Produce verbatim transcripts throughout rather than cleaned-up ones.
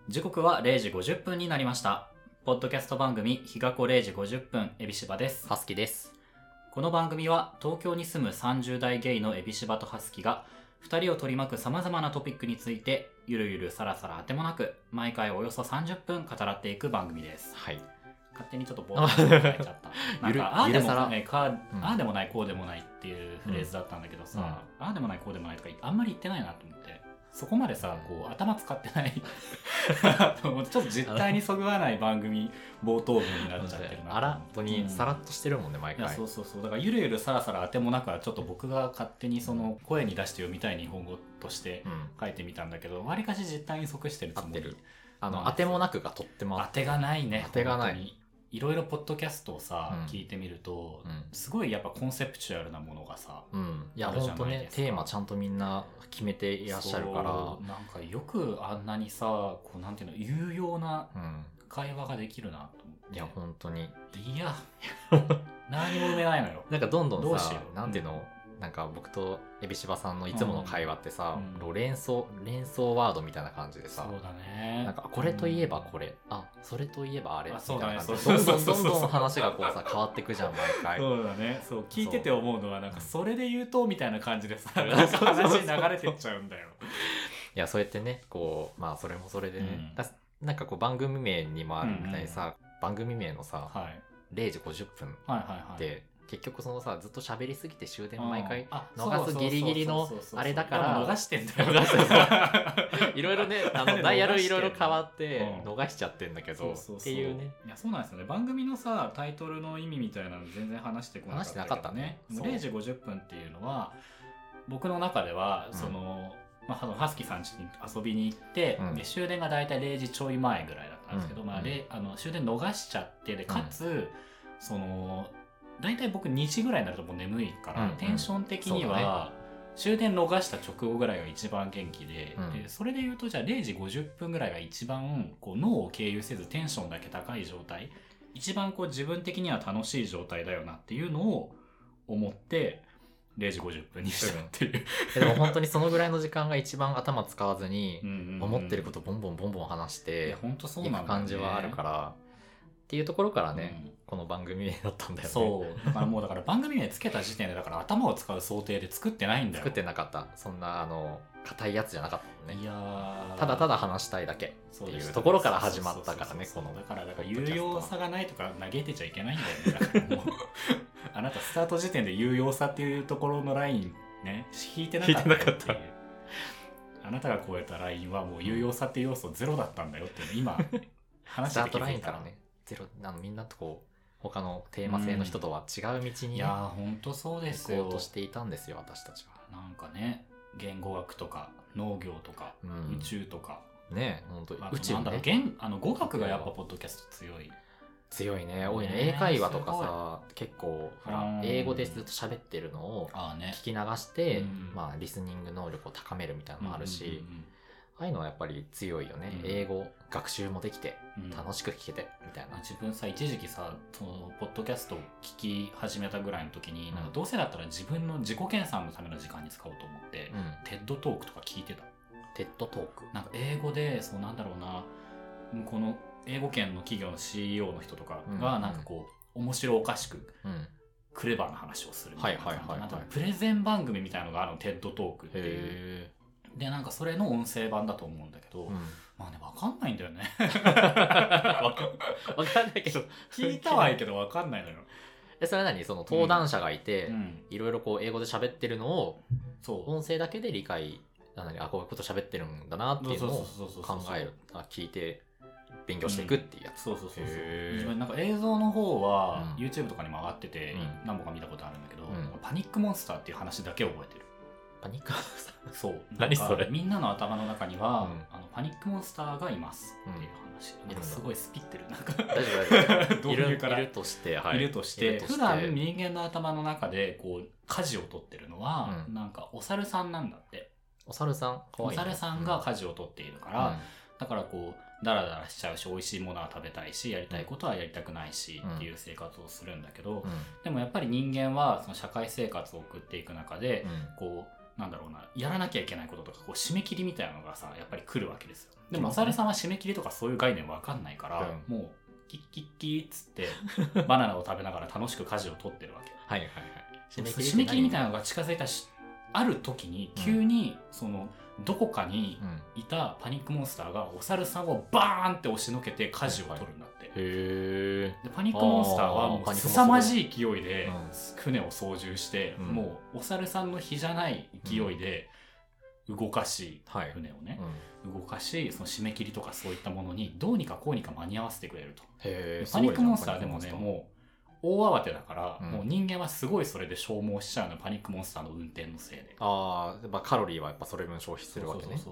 時刻はれいじごじゅっぷんになりました。ポッドキャスト番組日が子れいじごじゅっぷん、エビシバです。 ハスキです。 この番組は東京に住むさんじゅう代ゲイのエビシバとハスキがふたりを取り巻く様々なトピックについてゆるゆるさらさらあてもなく毎回およそさんじゅっぷん語らっていく番組です。 はい。 勝手にちょっとボーッと書いちゃった。なんかああでもないか、うん、ああでもないこうでもないっていうフレーズだったんだけどさ、うん、ああでもないこうでもないとかあんまり言ってないなと思って。そこまでさ、こう頭使ってないと思ってちょっと実態にそぐわない番組冒頭文になっちゃってるな。 あら、本当にさらっとしてるもんね、うん、毎回。 いやそうそうそう。だからゆるゆるさらさらあてもなくはちょっと僕が勝手にその声に出して読みたい日本語として書いてみたんだけど、わりかし実態に即してるつもり。 あの、当てもなくがとっても当てがないね。 当てがない。 いろいろポッドキャストをさ、うん、聞いてみると、うん、すごいやっぱコンセプチュアルなものがさ、 うん、いや本当ねテーマちゃんとみんな決めていらっしゃるから、 なんかよくあんなにさこうなんていうの有用な会話ができるなと思って、 うん、いや本当にいや何も埋めないのよ。 なんかどんどんさなんていうの、なんか僕とエビシバさんのいつもの会話ってさ、うん、連想連想ワードみたいな感じでさ、 そうだね、 なんかこれといえばこれ、うん、あそれといえばあれみたいな感じでどんどんどんどん話がこうさ変わってくじゃん毎回。 そうだね。そう聞いてて思うのはなんかそれで言うとみたいな感じでさなんか話流れてっちゃうんだよ。 いやそうやってねこうまあそれもそれでね、うん、だなんかこう番組名にもあるみたいにさ、うんうん、番組名のさ、はい、れいじごじゅっぷんって、はいはいはい、結局そのさずっと喋りすぎて終電毎回逃すギリギリのあれだから逃してんだよ。 逃していろいろねあのダイヤルいろいろ変わって逃しちゃってんだけどっていうね。 いやそうなんですよね。番組のさタイトルの意味みたいなの全然話してこなかったけどね。話してなかったね。れいじごじゅっぷんっていうのは僕の中ではその、うんまあ、ハスキーさん家に遊びに行って、うん、で終電がだいたいれいじちょい前ぐらいだったんですけど、うんまあ、あの終電逃しちゃってでかつ、うん、その大体僕にじぐらいになるともう眠いから、うんうん、テンション的には、ね、終電逃した直後ぐらいが一番元気 で,、うん、でそれで言うとじゃあれいじごじゅっぷんぐらいが一番こう脳を経由せずテンションだけ高い状態一番こう自分的には楽しい状態だよなっていうのを思ってれいじごじゅっぷんにしたっていう、 うん、でも本当にそのぐらいの時間が一番頭使わずに思ってることボンボンボンボン話していく感じはあるからっていうところからね、うん、この番組名だったんだよね。 そうだからもうだから番組名つけた時点でだから頭を使う想定で作ってないんだよ。 作ってなかった。そんなあの硬いやつじゃなかったもんね。 いやただただ話したいだけっていうところから始まったからね。このだからだから有用さがないとか嘆いてちゃいけないんだよね。だからもうあなたスタート時点で有用さっていうところのラインね引いてなかったっていう。あなたが超えたラインはもう有用さっていう要素ゼロだったんだよっていう今話してスタートラインからね。ゼロあのみんなとこう他のテーマ性の人とは違う道に、ねうん、いや本当そうですよ。 行こうとしていたんですよ私たちは。 なんかね言語学とか農業とか、うん、宇宙とかね本当、 まあ、宇宙、ね、なんだろう言あの語学がやっぱポッドキャスト強い強いね多いね。英会話とかさ結構ほら英語でずっと喋ってるのを聞き流して、ねまあ、リスニング能力を高めるみたいなのもあるし、うんうんうんうんああいうのはやっぱり強いよね、うん、英語学習もできて、うん、楽しく聞けてみたいな。 自分さ一時期さそのポッドキャストを聞き始めたぐらいの時に、うん、なんかどうせだったら自分の自己研鑽のための時間に使おうと思って、うん、テッドトークとか聞いてた。 テッドトークなんか英語でそうなんだろうなこの英語圏の企業の シーイーオー の人とかがなんかこう、うん、面白おかしく、うん、クレバーな話をするみたいな、はいはいはいはい、なんかプレゼン番組みたいなのがあるのテッドトークっていうでなんかそれの音声版だと思うんだけど、うん、まあね分かんないんだよね分かんないけど聞いたはいいけど分かんないのよ。 えそれは何その登壇者がいて、うん、いろいろこう英語で喋ってるのをそう音声だけで理解あこういうこと喋ってるんだなっていうのを考えるあ聞いて勉強していくっていうやつ、 うん、そうそうそうそう自分なんか映像の方は YouTube とかにも上がってて、うん、何本か見たことあるんだけど、うん、パニックモンスターっていう話だけ覚えてる。 パニックモンスターそう何それみんなの頭の中には、うん、あのパニックモンスターがいますっていう話、うん、なんかすごいスピってるなんか大丈夫大丈夫いるいるとして、はい、 いるとして普段人間の頭の中でこう舵を取ってるのは、うん、なんかお猿さんなんだって。 お猿さんかわいい、ね、 お猿さんが舵を取っているから、うん、だからこうダラダラしちゃうし美味しいものは食べたいしやりたいことはやりたくないし、うん、っていう生活をするんだけど、うん、でもやっぱり人間はその社会生活を送っていく中で、うん、こうなんだろうな、やらなきゃいけないこととかこう締め切りみたいなのがさやっぱり来るわけですよ。でもお猿さんは締め切りとかそういう概念わかんないから、うん、もうキッキッキーっつってバナナを食べながら楽しく舵を取ってるわけ。 はいはいはい。 締め切り締め切りみたいなのが近づいたし、ある時に急にそのどこかにいたパニックモンスターがお猿さんをバーンって押しのけて舵を取るんだって。 へー。 でパニックモンスターはもう凄まじい勢いで船を操縦して、うん、もうお猿さんの比じゃない勢いで動かし、うん、船をね、うん、動かし、その締め切りとかそういったものにどうにかこうにか間に合わせてくれると。 へー。 パニックモンスターでもねもう大慌てだから、うん、もう人間はすごいそれで消耗しちゃうの、パニックモンスターの運転のせいで。 ああ、まあ、カロリーはやっぱそれ分消費するわけね。 そうそうそう。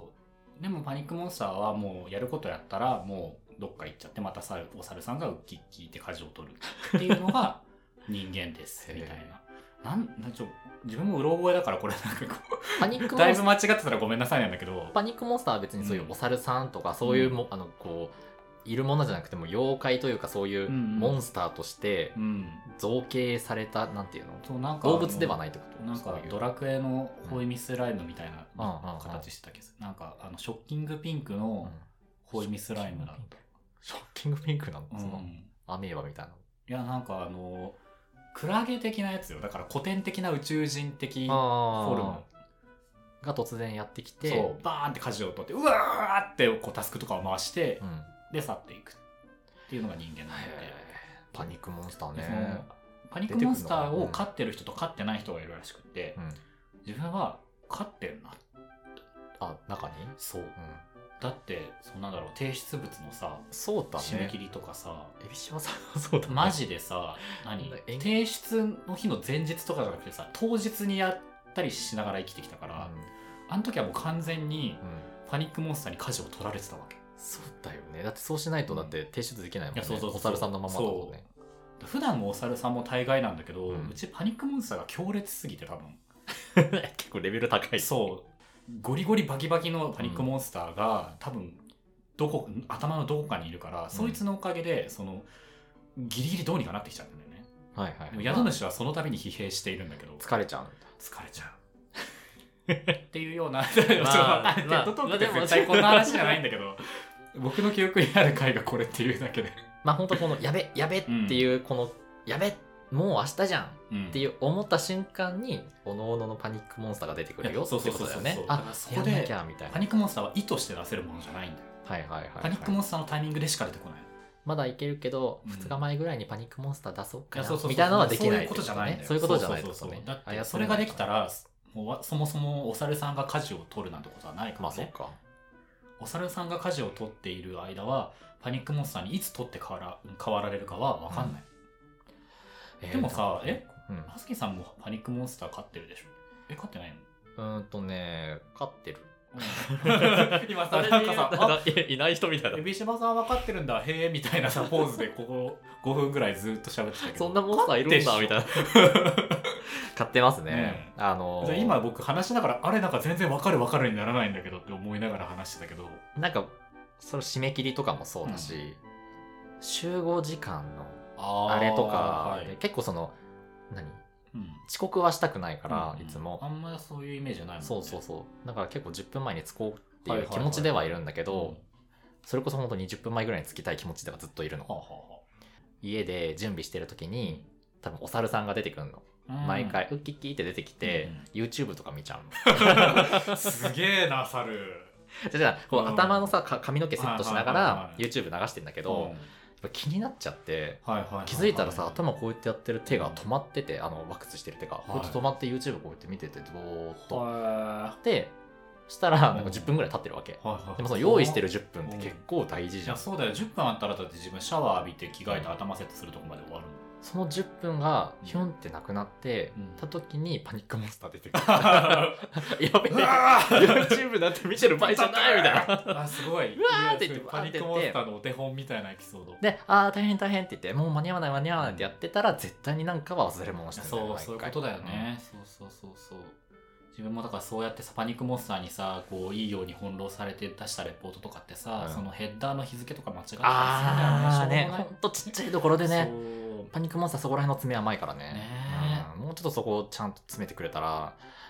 でもパニックモンスターはもうやることやったらもうどっか行っちゃって、またさお猿さんがウッキッキーって舵を取るっていうのが人間ですみたいな。なんなんちょ自分もうろ覚えだからこれなんかこうパニックだいぶ間違ってたらごめんなさいなんだけど、 パニックモンスターは別にそういうお猿さんとかそういうも、うん、あのこういるものじゃなくても妖怪というかそういうモンスターとして造形された、なんていうの、 そうなんか動物ではないってこと。 なんかドラクエのホイミスライムみたいな形してたけど、なんかあのショッキングピンクのホイミスライムだった。 ショッキングピンクなの、そのアメーバみたいな。 いやなんかあのクラゲ的なやつよ。だから古典的な宇宙人的フォルムが突然やってきて、 そうバーンって舵を取ってうわーってこうタスクとかを回して、うんで去っていくっていうのが人間なので。 パニックモンスターね。 パニックモンスターを飼ってる人と飼ってない人がいるらしくて、うん、自分は飼ってるな。 あ、中にそう、うん、だってそんなんだろう、提出物のさ、 そうだね、 締め切りとかさ、 海老島さんはそうだね、 マジでさ、何提出の日の前日とかじゃなくてさ、当日にやったりしながら生きてきたから、うん、あの時はもう完全にパニックモンスターに舵を取られてたわけ。 そうだよね。だってそうしないとだって提出できないもんね。お猿さんのままだもんね。 普段もお猿さんも大概なんだけど、うん、うちパニックモンスターが強烈すぎて多分結構レベル高い。 そうゴリゴリバキバキのパニックモンスターが、うん、多分どこ頭のどこかにいるから、うん、そいつのおかげでそのギリギリどうにかなってきちゃうんだよね。 はいはい、 宿主はその度に疲弊しているんだけど、 疲れちゃう疲れちゃうっていうようなまあ、まあ、テッドトークって絶対こんな話じゃないんだけど僕の記憶にある回がこれっていうだけでまあ本当このやべやべっていう、この、うん、やべもう明日じゃんっていう思った瞬間におのおののパニックモンスターが出てくるよってことだよね。 あ、そこでパニックモンスターは意図して出せるものじゃないんだよ。 はいはいはい、はい、 パニックモンスターのタイミングでしか出てこない。 まだいけるけど、うん、ふつかまえぐらいにパニックモンスター出そうかなみたいなのはできないってことね。そういうことじゃないってことね。 だってそれができたらもうそもそもお猿さんが舵を取るなんてことはないからね。まあそうか。お猿さんが舵を取っている間はパニックモンスターにいつ取って変わら、変わられるかは分かんない、うん、でもさ、えー、え、はすきさんもパニックモンスター飼ってるでしょ。え、飼ってないの？うーんとね、飼ってる。 今さ、なんかさ、 いない人みたいな。 海島さん分かってるんだ、へえみたいなさポーズでここごふんぐらいずっと喋ってたけど、 そんなモンスターいるんだみたいな。買ってますね、うん、あのー、 今僕話しながらあれなんか全然分かる分かるにならないんだけどって思いながら話してたけど、 なんかその締め切りとかもそうだし、うん、集合時間のあれとか、はい、結構その何、うん、遅刻はしたくないから、うん、いつもあんまりそういうイメージはないもんね。 そうそうそう、だから結構じゅっぷんまえに着こうっていう気持ちではいるんだけど、それこそ本当にじゅっぷんまえぐらいに着きたい気持ちではずっといるの、はあはあ、家で準備してる時に多分お猿さんが出てくるの、うん、毎回ウッキッキーって出てきて、うん、YouTube とか見ちゃうのすげえな猿じゃあこう、うん、頭のさ髪の毛セットしながら YouTube 流してんだけど、うん、やっぱ気になっちゃって、はいはいはいはい、気づいたらさ頭こうやってやってる手が止まってて、あのワックスしてる手が、はい、こうやって止まって YouTube こうやって見ててぼーっと、はい、でしたらなんかじゅっぷんぐらい経ってるわけ、はいはい、でもその用意してるじゅっぷんって結構大事じゃん。いやそうだよ、じゅっぷんあったらだって自分シャワー浴びて着替えて頭セットするとこまで終わるの。 そのじゅっぷんがヒョンってなくなってた時にパニックモンスター出てくる、うん、やべえ YouTube なんて見てる場合じゃないみたいなあ、すごい、うわーって言ってパニックモンスターのお手本みたいなエピソードで、あー大変大変って言ってもう間に合わない間に合わないってやってたら絶対になんかは忘れ物してるんだよ。 そうそういうことだよね、うん、そうそうそうそう。自分もだからそうやってさパニックモンスターにさこういいように翻弄されて出したレポートとかってさ、うん、そのヘッダーの日付とか間違ってたりするんだよね。 あーね、ほんとちっちゃいところでね、パニックモンスターそこら辺の爪甘いからね、ね、うん、もうちょっとそこをちゃんと詰めてくれたら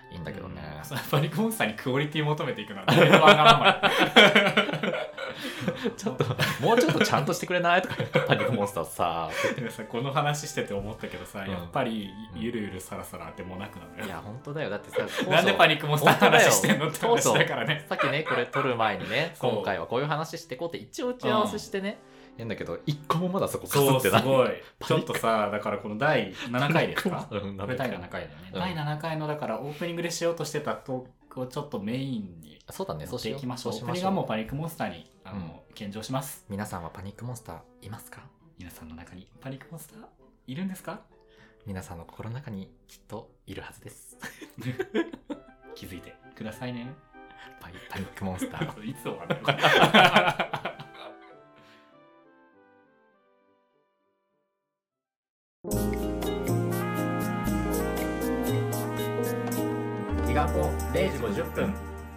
いいんだけどね、 うん、パニックモンスターにクオリティ求めていくのは全然わからないちょっともうちょっとちゃんとしてくれないとかパニックモンスターさこの話してて思ったけどさ、うん、やっぱりゆるゆるさらさらってもなくなるよ。 いや本当だよ。だってさなんでパニックモンスターの話してんのって話だからね。 さっきねこれ撮る前にね今回はこういう話していこうって一応打ち合わせしてね、うん、やんだけど一個もまだそこかすってない。 そうすごいちょっとさだからこのだいななかいですかこれだいななかいだよね、うん、だいななかいのだからオープニングでしようとしてたトークをちょっとメインにそうだねそうしていきましょう。オープニングがもうパニックモンスターにあの、うん、献上します。 皆さんはパニックモンスターいますか？ 皆さんの中にパニックモンスターいるんですか？ 皆さんの心の中にきっといるはずです気づいてくださいね。 パニックモンスターいつ終わるのか時間とれいじごじゅっぷん。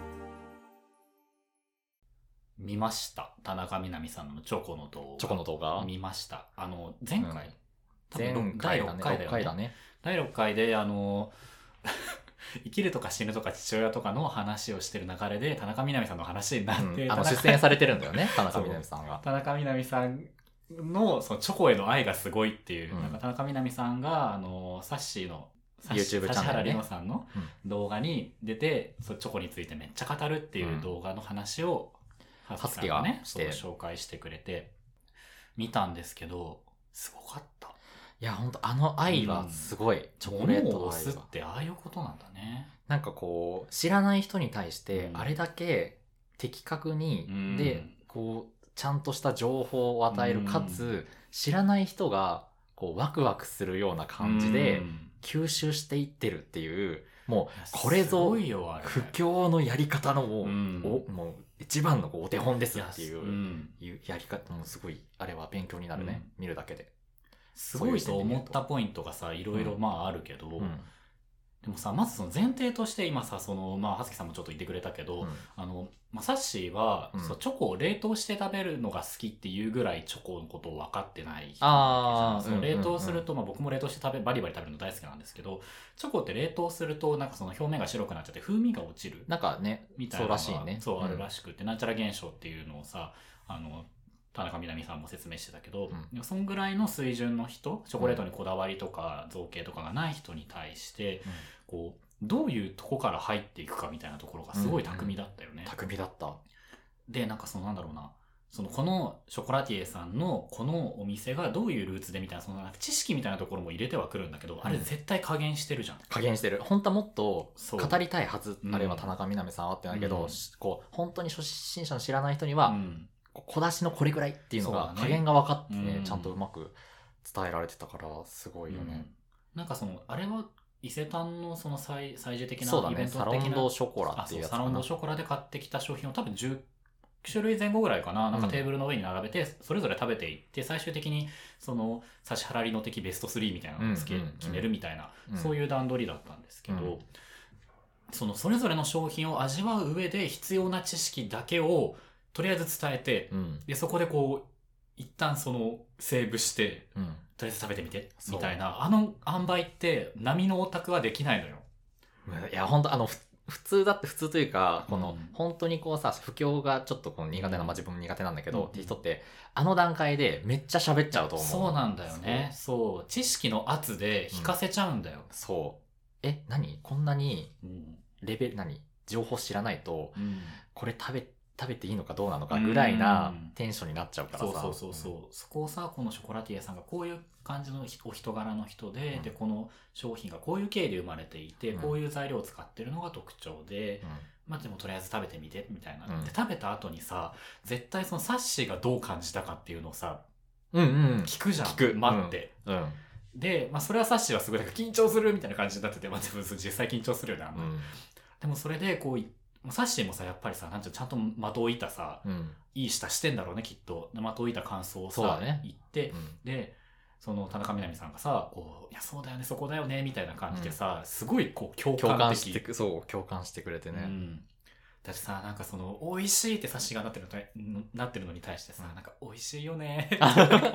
見ました。田中みな実さんのチョコの動画。 チョコの動画見ました。あの前回、 うん、前回だね。だいろっかいだね。 だいろっかいであの生きるとか死ぬとか父親とかの話をしてる流れで田中みな実さんの話になって、 うん、あの出演されてるんだよね田中みな実さんが。 田中みな実さんのそのチョコへの愛がすごいっていう、うん、なんか田中みな実さんがあのサッシーの YouTube チャンネル、ね、 指原莉乃さんの動画に出て、うん、そチョコについてめっちゃ語るっていう動画の話を、うん、ハスキがねそう紹介してくれて見たんですけどすごかった。 いや本当あの愛はすごい、うん、チョコレート愛は物を押すってああいうことなんだね。 なんかこう知らない人に対してあれだけ的確に、うん、でこうちゃんとした情報を与える、うん、かつ知らない人がこうワクワクするような感じで吸収していってるっていう、もうこれぞ布教のやり方のもう、うん、おもう一番のこうお手本ですっていう、うん、やり方もすごいあれは勉強になるね、うん、見るだけで。 すごいと思ったポイントがさいろいろまああるけど、うん、でもさまずその前提として今さそのまあ葉月さんもちょっと言ってくれたけど、うん、あのまさしは、うん、そうチョコを冷凍して食べるのが好きっていうぐらいチョコのことを分かってない人なわけじゃん。その冷凍すると、まあ、僕も冷凍して食べバリバリ食べるの大好きなんですけど、チョコって冷凍するとなんかその表面が白くなっちゃって風味が落ちるなんかねみたいなのがそうらしいね。 そうあるらしくて、うん、なんちゃら現象っていうのをさあの田中みな実さんも説明してたけど、うん、そんぐらいの水準の人チョコレートにこだわりとか造形とかがない人に対して、うん、こうどういうとこから入っていくかみたいなところがすごい巧みだったよね。 うんうん、巧みだった。 でなんかそのなんだろうなそのこのショコラティエさんのこのお店がどういうルーツでみたいなそのなんか知識みたいなところも入れてはくるんだけど、うん、あれ絶対加減してるじゃん。 加減してる。本当はもっと語りたいはず、あれは田中みな実さんはってないけど、うん、こう本当に初心者の知らない人には、うん小出しのこれぐらいっていうのが加減が分かってね、うん、ちゃんとうまく伝えられてたからすごいよね。 うん、なんかそのあれは伊勢丹のその最最終的なイベント的な、そうだね、サロンドショコラっていうやつかな。 サロンドショコラで買ってきた商品を多分じゅっしゅるいぜん後ぐらいかな、なんかテーブルの上に並べてそれぞれ食べていって最終的にその指原莉乃的ベストスリーみたいなのをつけ、うんうんうん、決めるみたいな、うん、そういう段取りだったんですけど、うん、そのそれぞれの商品を味わう上で必要な知識だけをとりあえず伝えて、うん、でそこでこう一旦そのセーブして、うん、とりあえず食べてみてみたいなあの塩梅って波のオタクはできないのよ。 いや本当あの普通だって普通というかこの、うん、本当にこうさ不況がちょっとこの苦手な、まあ、自分も苦手なんだけど、うん、って人ってあの段階でめっちゃ喋っちゃうと思う。 そうなんだよね。そう知識の圧で引かせちゃうんだよ。 うん、そうえ何こんなにレベル何情報知らないと、うん、これ食べ食べていいのかどうなのかぐらいなテンションになっちゃうからさ、 そうそうそうそう、うん、そこをさこのショコラティエさんがこういう感じのお人柄の人で、うん、でこの商品がこういう経緯で生まれていて、うん、こういう材料を使ってるのが特徴で、うん、まあでもとりあえず食べてみてみたいな、うん、で食べた後にさ絶対そのサッシーがどう感じたかっていうのをさ、うんうん、聞くじゃん。 聞く待って、 うんうんで、まあ、それはサッシーはすごいなんか緊張するみたいな感じになってて、まあ、実際緊張するよね、うん、でもそれでこうサッシーもさやっぱりさなんてちゃんと的を射たさ、うん、いい舌してんだろうねきっと。的を射た感想をさ、ね、言って、うん、でその田中みな実さんがさこういやそうだよねそこだよねみたいな感じでさ、うん、すごいこう共感的共感してそう共感してくれてね、うん、 だってさなんかその美味しいってサッシーがなってるのなってるのに対してさ、うん、なんか美味しいよね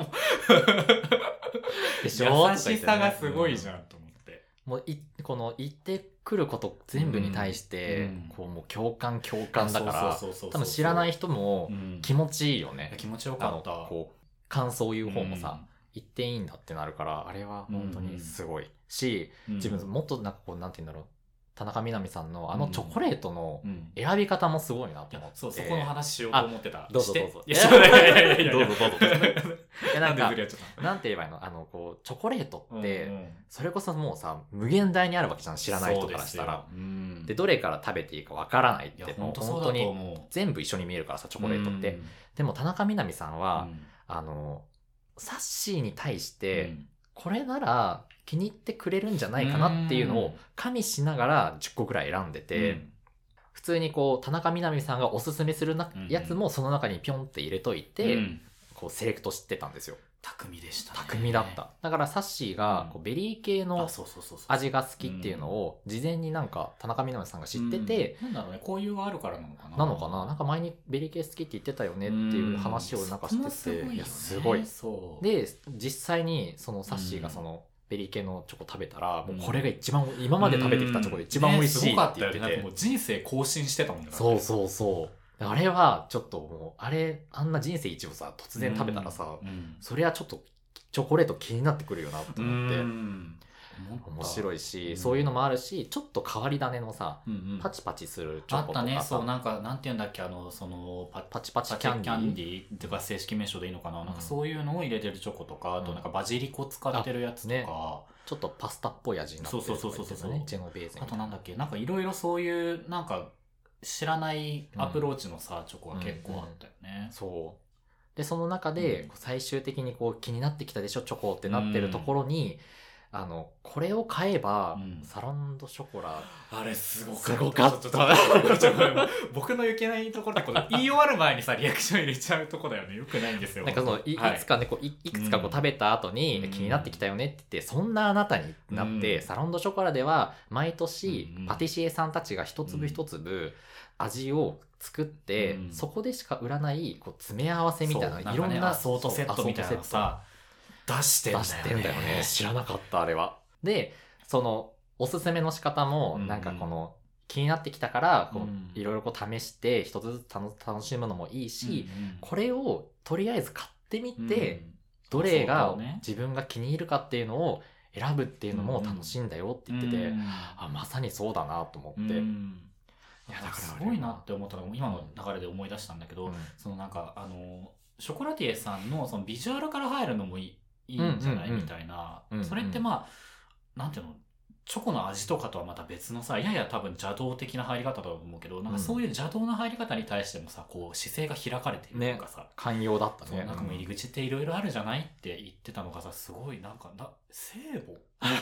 でしょ優しさがすごいじゃんと思って、 もういこの言って来ること全部に対して、うん、こうもう共感共感だから多分知らない人も気持ちいいよね、 うん、気持ちよかった。 こう感想を言う方もさ、うん、言っていいんだってなるから、あれは本当にすごいし、うん、自分もっとなんかこうなんて言うんだろう、田中みな実さんのあのチョコレートの選び方もすごいなと思って、 うんうん、そう、そこの話しようと思ってた。 どうぞどうぞ。 いや、いやいやどうぞどうぞ。いやなんかなんなんて言えばいいの、あのこうチョコレートってそれこそもうさ無限大にあるわけじゃん、知らない人からしたら。で, うん、でどれから食べていいかわからないって、もう本当に全部一緒に見えるからさ、チョコレートって。うん、でも田中みな実さんは、うん、あのサッシーに対して、うん、これなら気に入ってくれるんじゃないかなっていうのを加味しながらじゅっこぐらい選んでて、うん、普通にこう田中みな実さんがおすすめするな、うん、やつもその中にピョンって入れといて、うん、こうセレクトしてたんですよ。 巧みでしたね。 巧みだった。だからサッシーがこうベリー系の味が好きっていうのを事前になんか田中みな実さんが知ってて、 うん、なんだろうね、こういうがあるからなのかな。 なのかな。なんか前にベリー系好きって言ってたよねっていう話をなんかしてて、 うん、 いやすごい。そうで実際にそのサッシーがそのベリー系のチョコ食べたら、もうこれが一番、うん、今まで食べてきたチョコで一番美味しいって言ってて、ね、 なんかもう人生更新してたもんね。 そうそうそう。あれはちょっともうあれあんな人生一部さ突然食べたらさ、うんうん、それはちょっとチョコレート気になってくるよなと思って、うん、面白いし、うん、そういうのもあるし、ちょっと変わり種のさ、うんうん、パチパチするチョコとかさ、あったね。 そう、なんかなんて言うんだっけ、あのその パ, パチパチキャンディーディーとか正式名称でいいのかな、うん、なんかそういうのを入れてるチョコとか、あとなんかバジリコ使ってるやつとか、ね、 ちょっとパスタっぽい味になってるとか言ってたね、ジェノベーゼ。 あとなんだっけ、なんかいろいろそういうなんか知らないアプローチのさ、うん、チョコが結構あったよね。うんうん、 そう。でその中で最終的にこう気になってきたでしょチョコってなってるところに、うん、あのこれを買えば、うん、サロンドショコラ、 あれすごすごかった。 僕のいけないところでこの言い終わる前にさリアクション入れちゃうとこだよね。よくないんですよ。 なんかその い, いつかねこう い, いくつかこう食べた後に、うん、気になってきたよねって言って、そんなあなたになって、うん、サロンドショコラでは毎年、うん、パティシエさんたちが一粒一粒味を作って、うん、そこでしか売らないこう詰め合わせみたいな、いろんなアソートセットみたいなのさ出してんだよね。 出してんだよね。知らなかったあれは。でそのおすすめの仕方もなんかこの、うん、気になってきたからこういろいろこう試して一つずつ楽しむのもいいし、うんうん、これをとりあえず買ってみて、うん、どれが自分が気に入るかっていうのを選ぶっていうのも楽しいんだよって言ってて、うん、あまさにそうだなと思って、うん、 いやだからすごいなって思ったのが今の流れで思い出したんだけど、うん、そのなんかあのショコラティエさん の, そのビジュアルから入るのもい い, いいんじゃない、うんうんうん、みたいな、うんうん、それってまあなんていうのチョコの味とかとはまた別のさやや多分邪道的な入り方だと思うけど、なんかそういう邪道な入り方に対してもさこう姿勢が開かれているとかさ、ね、 寛容だったね。 なんかもう入り口っていろいろあるじゃないって言ってたのがさすごいなんかな聖母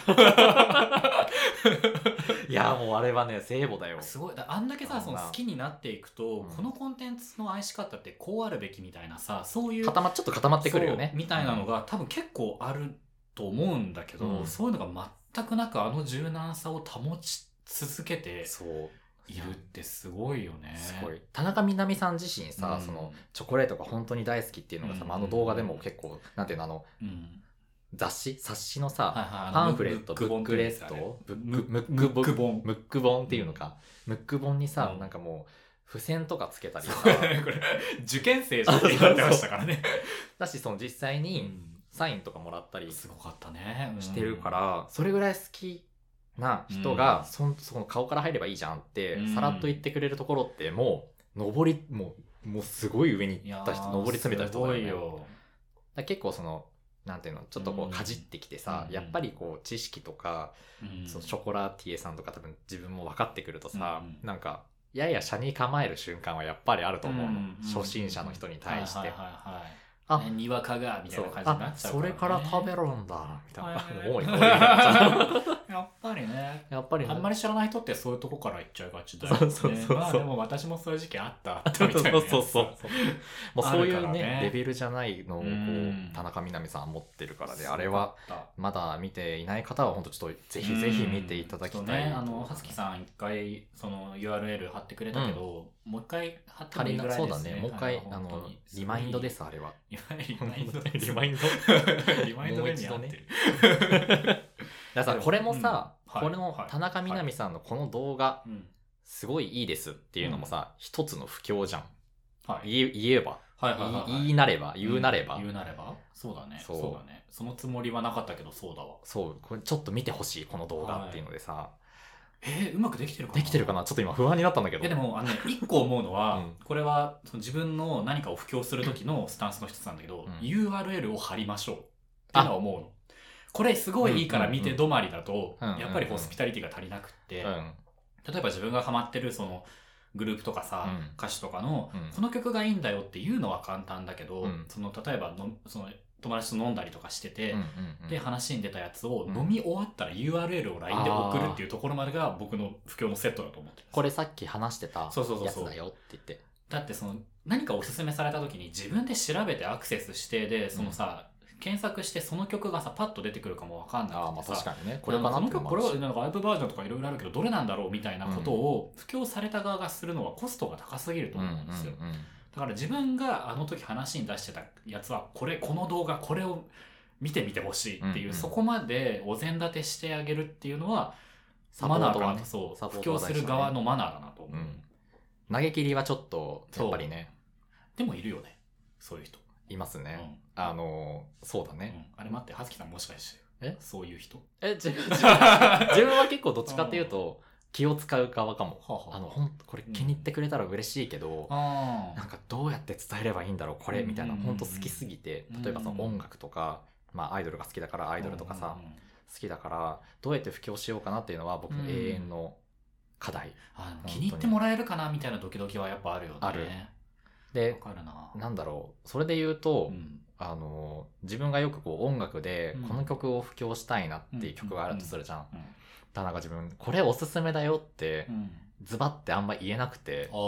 いやもうあれはね聖母だよ。 すごいだあんだけさその好きになっていくと、うん、このコンテンツの愛し方ってこうあるべきみたいなさそういう固まちょっと固まってくるよねみたいなのが、うん、多分結構あると思うんだけど、うん、そういうのが全くなくあの柔軟さを保ち続けているってすごいよね。 すごい。田中みな実さん自身さ、うん、そのチョコレートが本当に大好きっていうのがさ、うん、あの動画でも結構なんていうのあの、うん、雑誌冊子のさ、はいはい、パンフレットブックレットブック本ムック本っていうのか、うん、ムック本にさ、うん、なんかもう付箋とかつけたりさこれ受験生じゃんって言われてましたからねだしその実際に、うんサインとかもらったりすごかったねしてるから、うん、それぐらい好きな人が、うん、そ, その顔から入ればいいじゃんって、うん、さらっと言ってくれるところってもう上りもうもうすごい上に行った人上り詰めた人だよね。すごいよ。だ結構そのなんていうのちょっとこうかじってきてさ、うん、やっぱりこう知識とか、うん、そのショコラティエさんとか多分自分も分かってくるとさ、うん、なんかやや車に構える瞬間はやっぱりあると思うの、うん、初心者の人に対して。はいはいはいはいあ、ね、にわかがみたいな感じになっちゃうから、ね、 それから食べるんだみたいな、多いやっぱりねやっぱり、ね、 あんまり知らない人ってそういうとこから行っちゃいがちだよね。そうそうそうそう、まあでも私もそういう時期あったみたいなそうそうそうもうそういうねレベルじゃないのをこう田中みな実さんは持ってるからで、あれはまだ見ていない方は本当ちょっとぜひぜひ見ていただきたい。 ね、あのはすきさん一回その ユーアールエル 貼ってくれたけど、うん、もう一回貼ってもいいぐらいですね。 そうだね、もう一回あのリマインドですあれは。 リマインドリマインドリマインドリマインドでに合ってるだからこれもさ、 うん、 これの田中みな実さんのこの動画、 はいはい、 すごいいいですっていうのもさ、うん、一つの不況じゃん、はい、言, 言えば、 はいはいはいはい、 言いなれば言うなれば、 うん、言うなればそうだねそうそうだね、そのつもりはなかったけどそうだわ。 そうこれちょっと見てほしいこの動画っていうのでさ、はい、 えー、うまくできてるかなできてるかな、ちょっと今不安になったんだけど。 いやでもあの、ね、一個思うのは、うん、これはその自分の何かを布教する時のスタンスの一つなんだけど、うん、ユーアールエル を貼りましょうっていうのは思うの。これすごいいいから見て止まりだと、うんうんうん、やっぱりホスピタリティが足りなくって、うん、例えば自分がハマってるそのグループとかさ、うん、歌手とかの、うん、この曲がいいんだよっていうのは簡単だけど、うん、その例えばのその友達と飲んだりとかしてて、うんうんうん、で話に出たやつを飲み終わったら ユーアールエル を ライン で送るっていうところまでが僕の布教のセットだと思ってる。 これさっき話してたやつだよって言って。 だってその何かおすすめされた時に自分で調べてアクセスしてでそのさ、うん、検索してその曲がさパッと出てくるかもわかんない。 あ、まあ確かにね。 これかなってこの曲これはなんかライブバージョンとかいろいろあるけどどれなんだろうみたいなことを布教された側がするのはコストが高すぎると思うんですよ。うんうんうん、だから自分があの時話に出してたやつはこれこの動画これを見てみてほしいっていう、うんうん、そこまでお膳立てしてあげるっていうのはマナーかなと、そう布教する側のマナーだなと思う、うん、 投げ切りはちょっとやっぱりね。 でもいるよねそういう人いますね、うん、あのそうだね、 うん、あれ待って葉月さんもしかしてえそういう人え自分自分は結構どっちかっていうと気を使う側かも、はあはあ、あのほんこれ気に入ってくれたら嬉しいけど、うん、なんかどうやって伝えればいいんだろうこれみたいな、うん、ほんと好きすぎて、例えばその音楽とか、まあアイドルが好きだからアイドルとかさ、うん、好きだからどうやって布教しようかなっていうのは僕の永遠の課題、うん、 あ気に入ってもらえるかなみたいなドキドキはやっぱあるよね。 ある。でな, なんだろうそれで言うと、うん、あの自分がよくこう音楽でこの曲を布教したいなっていう曲があるとするじゃん、うんうんうん、だなんか自分これおすすめだよってズバってあんま言えなくて、うん、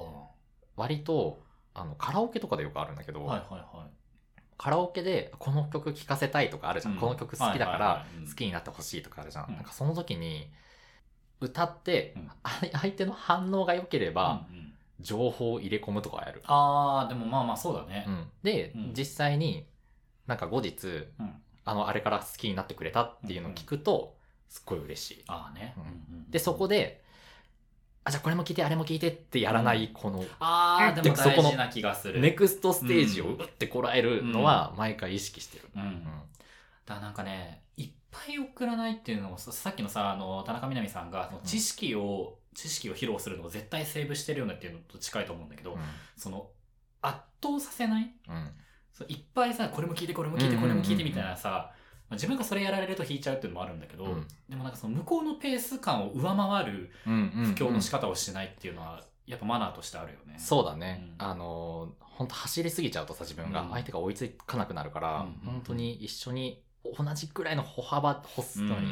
割とあのカラオケとかでよくあるんだけど、はいはいはい、カラオケでこの曲聴かせたいとかあるじゃん、うん、この曲好きだから好きになってほしいとかあるじゃん、うん、なんかその時に歌って、うん、相手の反応が良ければ、うんうん、情報を入れ込むとかやる。 あーでもまあまあそうだね、 うん、で、うん、実際になんか後日、うん、あのあれから好きになってくれたっていうのを聞くとすっごい嬉しい。 あーね、うんうん、でそこであじゃあこれも聞いてあれも聞いてってやらない、うん、このあーでも大事な気がするネクストステージを打ってこらえるのは毎回意識してる、うんうんうん、 だからなんかねいっぱい送らないっていうのもさっきのさあの田中みな実さんがその知識を、うん、知識を披露するのを絶対セーブしてるようなっていうのと近いと思うんだけど、うん、その圧倒させない、うん、そういっぱいさこれも聞いてこれも聞いてこれも聞いてみたいなさ、まあ、自分がそれやられると引いちゃうっていうのもあるんだけど、うん、でもなんかその向こうのペース感を上回る布教の仕方をしないっていうのはやっぱマナーとしてあるよね。 そうだね、うん、あの本当走りすぎちゃうとさ自分が相手が追いつかなくなるから、うん、本当に一緒に同じくらいの歩幅歩すのに、うん、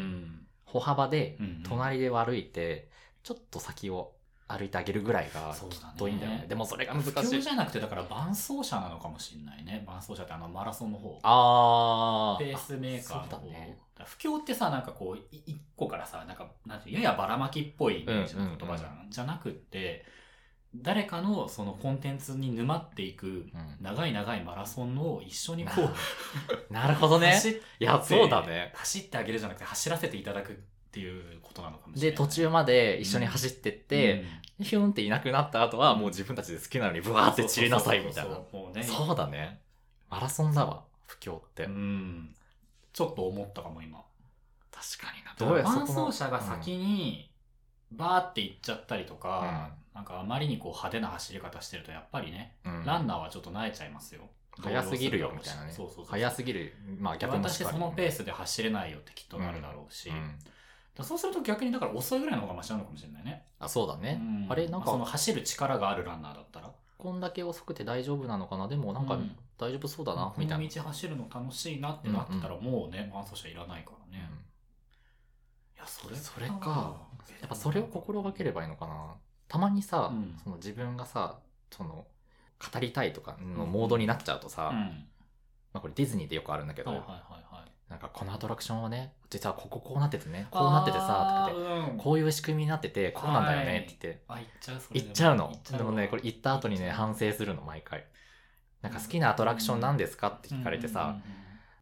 歩幅で隣で歩いてちょっと先を歩いてあげるぐらいがきっといいんだよね。ねでもそれが難しい。 布教じゃなくてだから伴走者なのかもしれないね。伴走者ってあのマラソンの方。 あペースメーカーの方。ね、布教ってさなんかこう一個からさなんかなんてややばらまきっぽいイメージの言葉じゃん、うんうんうん、じゃなくって誰かのそのコンテンツに沼っていく長い長いマラソンを一緒にこう、 うん、なるほどね。 走っていやそうだね。 走ってあげるじゃなくて走らせていただくっていうことなのかもしれない。 で途中まで一緒に走ってって、うん、ヒュンっていなくなった後はもう自分たちで好きなのにブワーって散りなさいみたいな。そうだね。マラソンだわ布教って。うんちょっと思ったかも今。 確かにな。 どうや伴走者が先にバーって行っちゃったりとか、うん、なんかあまりにこう派手な走り方してるとやっぱりね、うん、ランナーはちょっと慣れちゃいますよ。 速すぎるよみたいなね。そうそうそう速すぎる。まあ逆に私そのペースで走れないよってきっとなるだろうし、うんうん、だそうすると逆にだから遅いぐらいの方がマシなのかもしれないね。 あそうだね、うん、あれなんか、 まあ、その走る力があるランナーだったらこんだけ遅くて大丈夫なのかな、でもなんか大丈夫そうだな、みたいな。 この道走るの楽しいなってなってたらもうね伴走者いらないからね、うん、いやそれそれかやっぱそれを心がければいいのかな。たまにさ、うん、その自分がさその語りたいとかのモードになっちゃうとさ、うんまあ、これディズニーでよくあるんだけど、はいはいはいはい、なんかこのアトラクションはね実はこここうなっててねこうなっててさとかで、うん、こういう仕組みになっててこうなんだよねって言って、 はい、あ言っちゃうそれでも言っちゃうの。でもねこれ言った後にね反省するの毎回。なんか好きなアトラクションなんですかって聞かれてさ、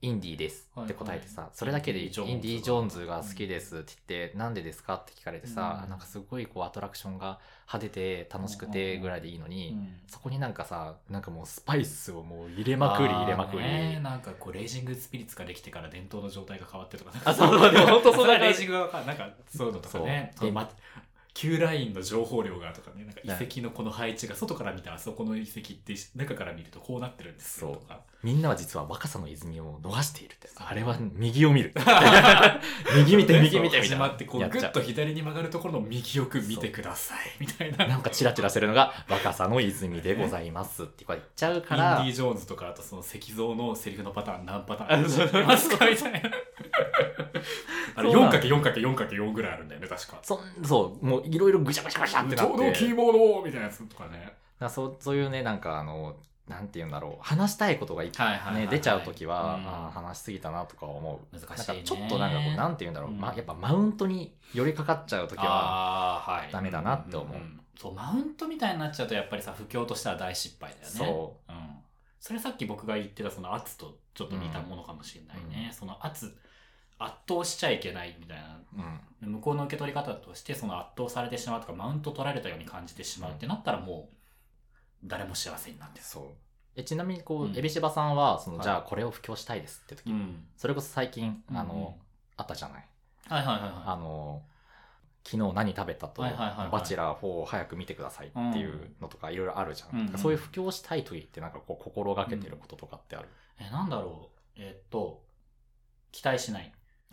インディーですって答えてさ、はいはい、それだけでインディー・ジョーンズが好きですって言って、うん、なんでですかって聞かれてさ、うん、なんかすごいこうアトラクションが派手で楽しくてぐらいでいいのに、うん、そこになんかさ、なんかもうスパイスをもう入れまくり入れまくり、 ね、なんかこうレイジングスピリッツができてから伝統の状態が変わってとか、 あ、そうそう、でも本当そうだレイジングがなんかそういうのとかね、そうまQ ラインの情報量がとかね、なんか遺跡のこの配置が外から見たらそこの遺跡って中から見るとこうなってるんですよとか、 みんなは実は若さの泉を逃しているって、あれは右を見る右見て右見てみたいな、始まってこうグッと左に曲がるところの右よく見てくださいみたいな、 なんかチラチラするのが若さの泉でございますって言っちゃうから、 インディ・ジョーンズとかあとその石像のセリフのパターン何パターンありますかみたいなあれ よんかけよんかけよんかけよん ぐらいあるんだよね確か。 そそうもういろいろぐしゃぐしゃぐしゃってなって、 ちょうどキーボードみたいなやつとかね、 だそうそういうね、なんかあのなんていうんだろう、話したいことがいっぱいね出ちゃうときは、うん、あ話しすぎたなとか思う。 難しいね。 なんかちょっとなんかこうなんていうんだろう、うん、まあやっぱマウントに寄りかかっちゃうときはダメだなって思う。うんうんうん、 そうマウントみたいになっちゃうとやっぱりさ不況としては大失敗だよね。 そう、 うん、それさっき僕が言ってたその圧とちょっと似たものかもしれないね。うん、その圧圧倒しちゃいけないみたいな、うん、向こうの受け取り方としてその圧倒されてしまうとかマウント取られたように感じてしまうってなったらもう誰も幸せになってる。 そうえちなみにこう、うん、エビシバさんはその、はい、じゃあこれを布教したいですって時、うん、それこそ最近あの、うんうん、あったじゃない、 はいはいはいはい、 あの昨日何食べたと、はいはいはいはい、バチェラーフォーを早く見てくださいっていうのとかいろいろあるじゃん、うんうん、そういう布教したい時ってなんかこう心がけてることとかってある？ うん、えなんだろうえー、っと期待しない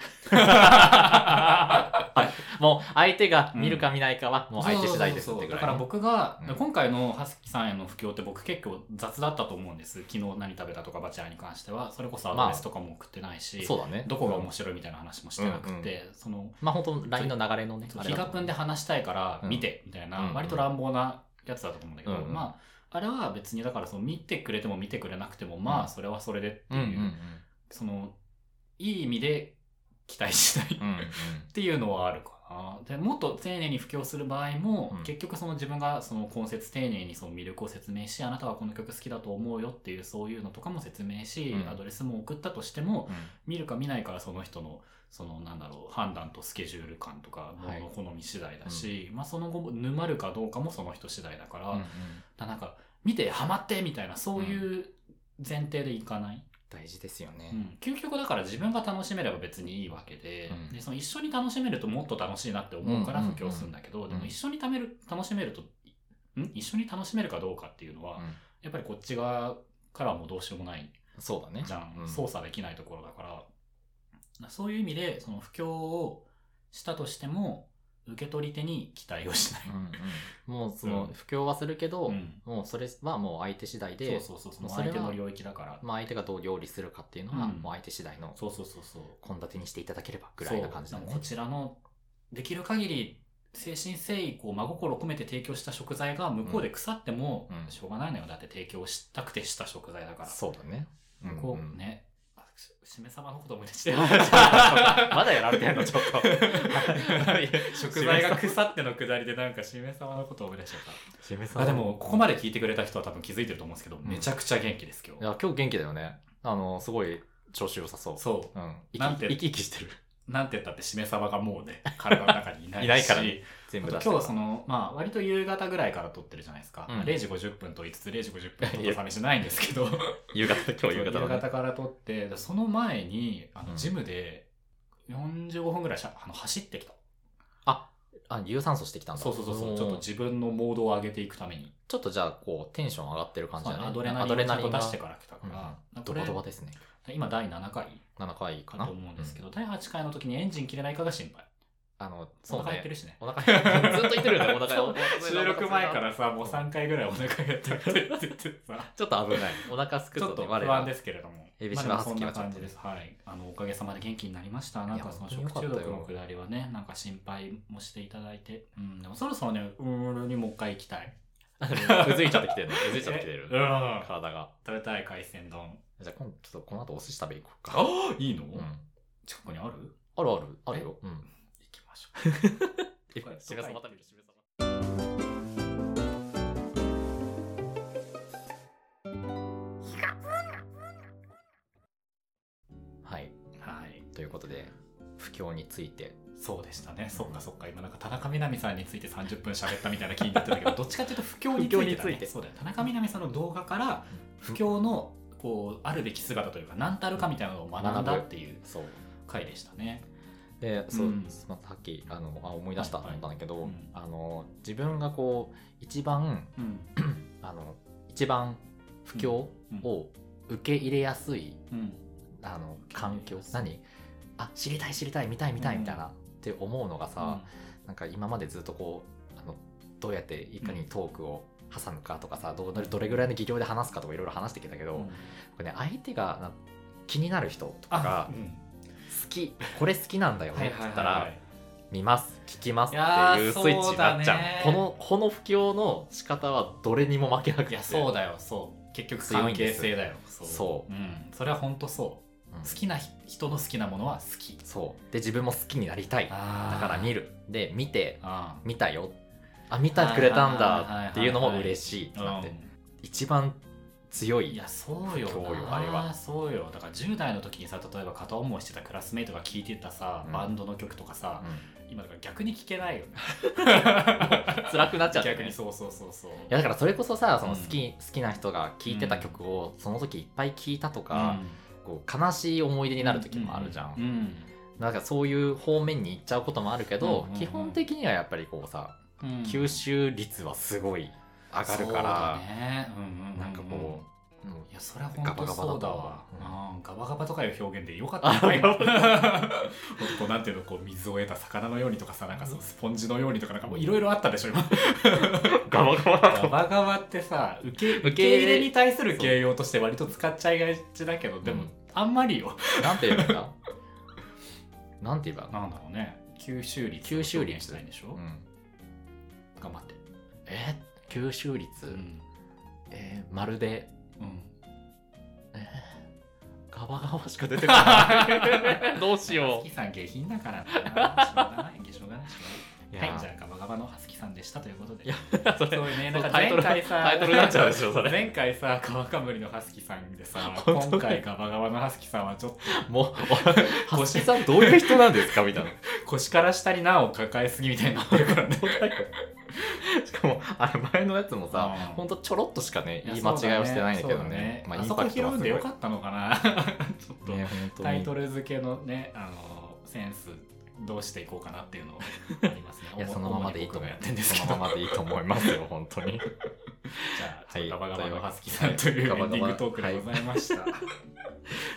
もう相手が見るか見ないかはもう相手次第ですってぐらい、ね、 だから僕が、うん、今回のハスキさんへの布教って僕結構雑だったと思うんです。昨日何食べたとかバチェラーに関してはそれこそアドレスとかも送ってないし、まあ、 そうだね、 どこが面白いみたいな話もしてなくて、うんうん、そのまあ本当 ライン の流れのねヒガプンで話したいから見てみたいな、うん、割と乱暴なやつだと思うんだけど、うんうん、まああれは別にだからその見てくれても見てくれなくてもまあそれはそれでっていう、うんうんうん、そのいい意味で期待しないっていうのはあるかな。でもっと丁寧に布教する場合も、うん、結局その自分がその根節丁寧にその魅力を説明し、あなたはこの曲好きだと思うよっていうそういうのとかも説明し、うん、アドレスも送ったとしても、うん、見るか見ないかはその人のそのなんだろう判断とスケジュール感とかの好み次第だし、はいうん、まあその後沼るかどうかもその人次第だから、うんうん、だなんか見てハマってみたいなそういう前提でいかない。 大事ですよね、 うん、究極だから自分が楽しめれば別にいいわけで、うん、でその一緒に楽しめるともっと楽しいなって思うから布教するんだけど、うんうんうん、でも一緒にためる楽しめるとん一緒に楽しめるかどうかっていうのは、うん、やっぱりこっち側からはもうどうしようもないそうだねじゃん、うん、操作できないところだからそういう意味でその布教をしたとしても受け取り手に期待をしない、 うんうん、もうその布教はするけど、うん、もうそれはもう相手次第で、 そうそうそう、相手の領域だから、 まあ、相手がどう料理するかっていうのは、うん、もう相手次第のそうそうそうそう献立にしていただければぐらいな感じだね。 こちらのできる限り誠心誠意こう真心を込めて提供した食材が向こうで腐ってもしょうがないのよ、だって提供したくてした食材だから。 そうだね、 向こうね、しめ様のこと思い出してまだやられてんのちょっと食材が腐ってのくだりでなんかしめ様のこと思い出しちゃったしめ様。あでもここまで聞いてくれた人は多分気づいてると思うんですけど、うん、めちゃくちゃ元気です今日。 いや今日元気だよね。あのすごい調子良さそう。 そう、うん、 なんて生き生きしてる。 なんて言ったってしめ鯖がもうね体の中にいないしいないからね全部出して今日そのまあ割と夕方ぐらいから撮ってるじゃないですか、うん、れいじごじゅっぷんと言いつつれいじごじゅっぷん撮ったためじゃないんですけど夕方今日夕方、ね、 夕方から撮ってその前にあのジムでよんじゅうごふんぐらいあの走ってきた。 ああ有酸素してきたんだ。 そうそうそうそうちょっと自分のモードを上げていくためにちょっとじゃあこうテンション上がってる感じだね。 アドレナリンをちゃんと出してから来たから、 うん、ドバドバですね。 今だいななかいななかいかなと思うんですけど、うん、だいはちかいの時にエンジン切れないかが心配。 あのそうね、 お腹減ってるしね。 お腹ずっと言ってるよね。お腹収録前からさもうさんかいぐらいお腹減ってるって言ってさちょっと危ない。お腹すくと、ね、 ちょっと不安ですけれども。 エビシバハスキーはそんな感じです。はい。あのおかげさまで元気になりました。なんかその食中毒のくだりはねなんか心配もしていただいて、うん、でもそろそろねうーにもう一回行きたい。 うずいちゃってきてるの。うずいちゃってきてる。体が。 食べたい海鮮丼。 じゃあ今度ちょっとこの後お寿司食べ行こうか。 あいいの？うん、近くにある？ あるあるあるよ。うん。 行きましょう。 しめさま食べるしめさま。 ということで不況について。 そうでしたね、そっかそっか。今なんか田中みな実さんについてさんじゅっぷん喋ったみたいな気になってたけどどっちかというと不況についてだ、ね、不況についてそうだよ。田中みな実さんの動画から不況のこうあるべき姿というか何たるかみたいなのを学んだっていう回でしたね。 でそう、うん、さっきあのあ思い出したと思ったんだけど、はいはい、あの自分がこう一番、うん、あの一番不況を受け入れやすい、うん、あの環境、何あ知りたい知りたい見たい見たいみたいな、うん、って思うのがさ、うん、なんか今までずっとこうあのどうやっていかにトークを挟むかとかさ、ど, どれぐらいの技量で話すかとかいろいろ話してきたけど、うん、これね、相手が気になる人とか、うん、好きこれ好きなんだよねって言ったら、はいはいはい、見ます聞きますっていうスイッチになっちゃう。このこの不況の仕方はどれにも負けなくて。いやそうだよ、そう結局関係性だよ。そうそう、うん、それは本当そう、うん、好きな人の好きなものは好き。 そうで自分も好きになりたい、だから見るで見て見たよ、あ見てくれたんだっていうのも嬉しいってなって、うん、一番強い。 いやそうよな、あれはそうよ。だからじゅう代の時にさ、例えば片思いしてたクラスメイトが聴いてたさ、うん、バンドの曲とかさ、うん、今だから逆に聴けないよね辛くなっちゃって、ね、 逆にそうそうそうそう。いやだからそれこそさ、その好き、うん、好きな人が聴いてた曲をその時いっぱい聴いたとか、うん、こう悲しい思い出になる時もあるじゃん、うんうんうん、なんかそういう方面に行っちゃうこともあるけど、うんうんうん、基本的にはやっぱりこうさ、うん、吸収率はすごい上がるから、ね、うんうんうん、なんかこう、うん、 いやそれは本当そうだわ。ガバガバとかいう表現でよかったね。こうなんていうの、こう水を得た魚のようにとかさ、なんかそうスポンジのようにとかなんかもういろいろあったでしょ今。 ガバガバガバガバってさ、受け受け入れに対する形容として割と使っちゃいがちだけど、でも、うん、あんまりよ。 なんて言えばいいんだ。なんて言えば。 なんだろうね。吸収率。吸収率したいんでしょ。うん、頑張って。 えー、吸収率、うん、えー、まるで、うん、えー、ガバガバしか出てこないどうしよう。 ハスキさん下品だからな。しょうがない、しょうがない。はい、じゃあガバガバのハスキさんでしたということで。いやそれそういうね、なんか前回さタイトルになっちゃうでしょそれ。 前回さ川かぶりのハスキさんでさ、今回ガバガバのハスキさんはちょっともうハスキさんどういう人なんですかみたいな。 腰から下に難を抱えすぎみたいになってるからね。 しかもあれ前のやつもさ、うん、ほんとちょろっとしかね言い間違いをしてないんだけど ね, ね、 まあ、あそこ拾うんでよかったのかな。ちょっと、ね、タイトル付けのねあのセンスどうしていこうかなっていうのありますね。 いやそのままでいいと思う。そのままでいいと思いますよ本当に。じゃあ、はい、ガバガバのハスキさんというエンディングトークでございました。はい、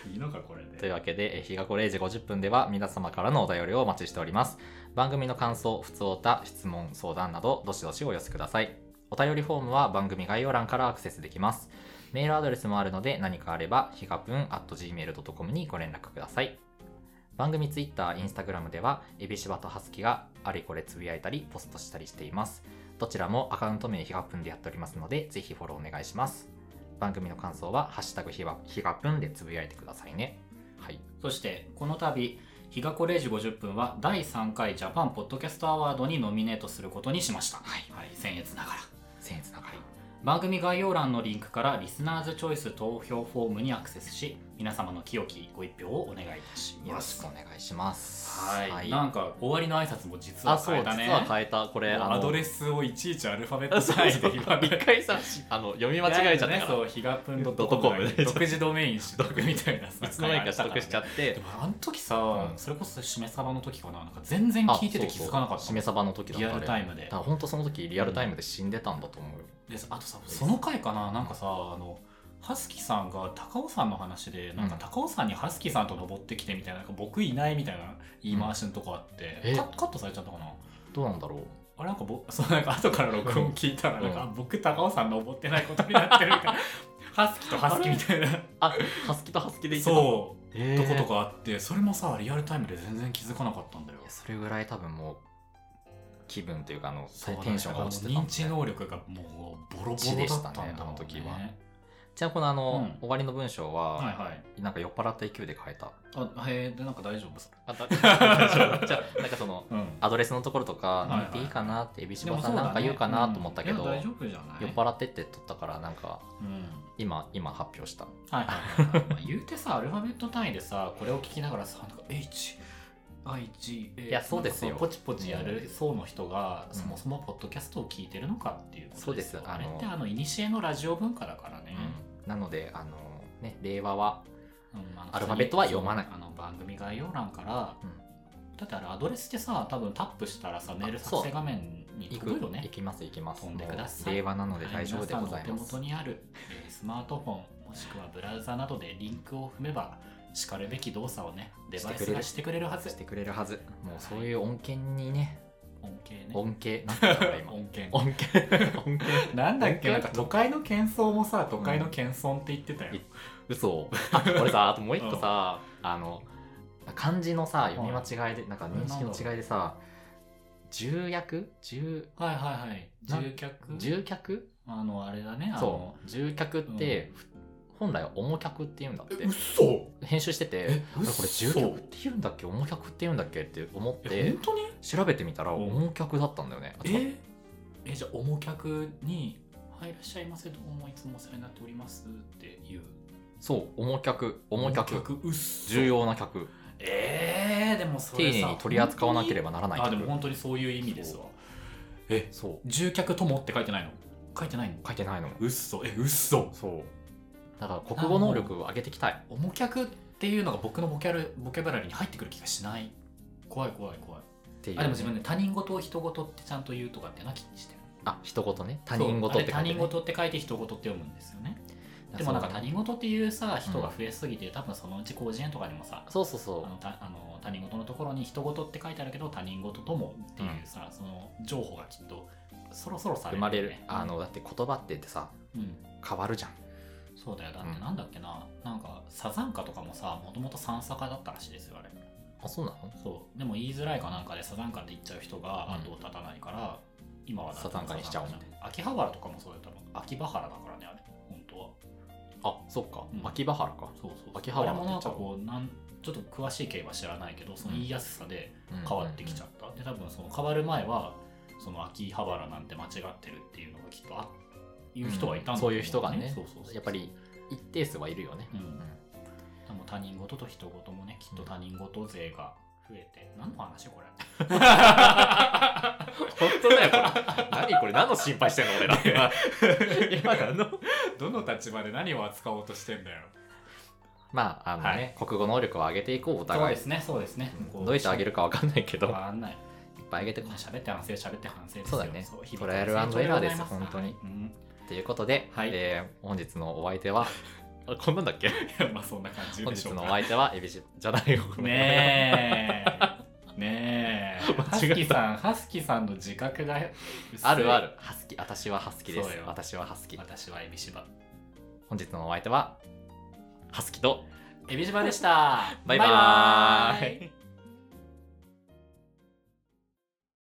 いいのかこれで。 というわけで日がこれいじごじゅっぷんでは皆様からのお便りをお待ちしております。番組の感想、ふつおた、質問、相談などどしどしお寄せください。お便りフォームは番組概要欄からアクセスできます。メールアドレスもあるので何かあればひがぷん アットジーメールドットコム にご連絡ください。番組ツイッター、インスタグラムではエビシバとハスキがあれこれつぶやいたりポストしたりしています。どちらもアカウント名ひがぷんでやっておりますのでぜひフォローお願いします。番組の感想はハッシュタグひがぷんでつぶやいてくださいね。はい。 そしてこの度日がこれいじごじゅっぷんはだいさんかいジャパンポッドキャストアワードにノミネートすることにしました。はい、はい、僭越ながら僭越ながら番組概要欄のリンクからリスナーズチョイス投票フォームにアクセスし皆様の清きご一票をお願いいたします。 よろしくお願いします。 はい、はい、なんか終わりの挨拶も実は変えたね。 あ、そう実は変えた。これアドレスをいちいちアルファベット単位で言わない。 一回さあの読み間違えちゃったから。 そうヒガプンドットコムで独自ドメイン取得みたいなさ。 いつの間にか取得しちゃって。 でもあの時さ、うん、それこそしめ鯖の時かな、なんか全然聞いてて気づかなかった。 しめ鯖の時だった。 リアルタイムで。 だから本当その時リアルタイムで死んでたんだと思うよ。 であとさその回かな、なんかさあのハスキさんが高尾さんの話でなんか高尾さんにハスキさんと登ってきてみたいな、なんか僕いないみたいな言い回しのとこあって、うん、カ, カットされちゃったかな。 どうなんだろう。 あれなんか僕そうなんか後から録音聞いたらなんか、うん、僕高尾さん登ってないことになってるみたいな。ハスキとハスキみたいなあハスキとハスキで言ってたそう、えー、とことかあって、それもさリアルタイムで全然気づかなかったんだよ。 いやそれぐらい多分もう気分というかあのテンションが落ちてたんで、 認知能力がもうボロボロだったんだ、ね、 あの時は。 ちなみにこのあの、 うん終わりの文章は、 はいはい。 なんか酔っ払った勢いで書いた。 あ、へえ、で、なんか大丈夫？ あだじゃあなんかその、 うん。 アドレスのところとかいはい抜いていいかなって、エビシでもバさんなんか言うかなと思ったけど、 うんいや大丈夫じゃない？ 酔っ払ってって取ったからなんかうん。 今今発表した。 はいはいはい、はいまあ、言うてさアルファベット単位でさこれを聞きながらさなんか Hアイジーエーいやそうですよなんかポチポチやる層の人が、 うんそもそもポッドキャストを聞いてるのかっていうことそうですよ。 あのあれってあの古のラジオ文化だからね、 うん、なのであのね令和はうんあのアルファベットは読まない。 あの番組概要欄から、 うんだってあれアドレスってさ多分タップしたらさメール作成画面に行く飛ぶよね。 行きます行きます。 飛んでください。 令和なので大丈夫でございます。 はい、皆さんのお手元にある、えースマートフォンもしくはブラウザなどでリンクを踏めばしかるべき動作をねデバイスがしてくれるはず。 してくれるはず。もうそういう恩恵にね、 恩恵ね。 恩恵なんて言ったか今。 恩恵。 恩恵恩恵なんだっけ恩恵なんか都会の喧騒もさ都会の謙遜って言ってたよ。 嘘。あ俺さあともう一個さ、あの漢字のさ読み間違いで、なんか認識の違いでさ、重役重はいはいはい。重脚重脚あのあれだね。あのそう重脚って、本来は重脚って言うんだって。 嘘。 編集してて、これ重脚って言うんだっけ重脚って言うんだっけって思って本当に調べてみたら重脚だったんだよね。 ええじゃあ重脚に「はいいらっしゃいませどうもいつもお世話になっております」っていう。 そう重脚重脚うっそ重要な脚。 えー、でもそれさ丁寧に取り扱わなければならない。 あでも本当にそういう意味ですわ。えそう重脚ともって書いてないの？書いてないの？ 書いてないの。 うっそえうっそそうだから国語能力を上げていきたい。 重脚っていうのが僕のボキャルボキャブラリーに入ってくる気がしない。怖い怖い怖いっていう、ね、あでも自分で他人事を人事ってちゃんと言うとかってな気にしてる。 あ人事ね他人事って書いて、ね、 他人事って書いて人事って読むんですよね。でもなんか他人事っていうさ人が増えすぎて、うん、多分そのうち広辞苑とかにもさそうそうそうあのたあの他人事のところに人事って書いてあるけど他人事ともっていうさ、うん、その情報がきっとそろそろされる、ね、 生まれる。あのだって言葉って言ってさ、うん、変わるじゃん。 そうだよ。だってなんだっけな、うん、なんかサザンカとかもさもともと三叉カだったらしいですよあれ。 あそうなの？ そうでも言いづらいかなんかでサザンカって言っちゃう人が後を絶たないから、うん、今はサザンカにしちゃおうみたいな。 秋葉原とかもそうだったの。秋葉原だからねあれ本当は。 あそっか、 うん、 秋葉原か。 そうそう秋葉原あれもなんかこうなんちょっと詳しい経緯は知らないけどその言いやすさで変わってきちゃった、うんうんうん、で多分その変わる前はその秋葉原なんて間違ってるっていうのがきっとあいう人はいたんだ、ねうん、そういう人がねそうそうそうやっぱり一定数はいるよね、うんうん、 でも他人事と人事もねきっと他人事勢が増えて、うん、何の話これ本当だよこれ何これ何の心配してんの俺ら今何のどの立場で何を扱おうとしてんだよ。 まああのね、はい、国語能力を上げていこうお互い。 そうですねそうですね。 どうやって上げるか分かんないけど分かんない。いっぱい上げてこう。 喋って反省喋って反省ですよ。 そうだね。トライアル&エラーです本当に。と、うん、いうことで、はいえー、本日のお相手はあこんなんだっけまあそんな感じでしょうか。本日のお相手はエビシじゃないよねえねえハスキさんハスキさんの自覚があるある。ハスキ私はハスキです。私はハスキ私はエビシバ。 本日のお相手はハスキとエビシバでした。 バイバーイ。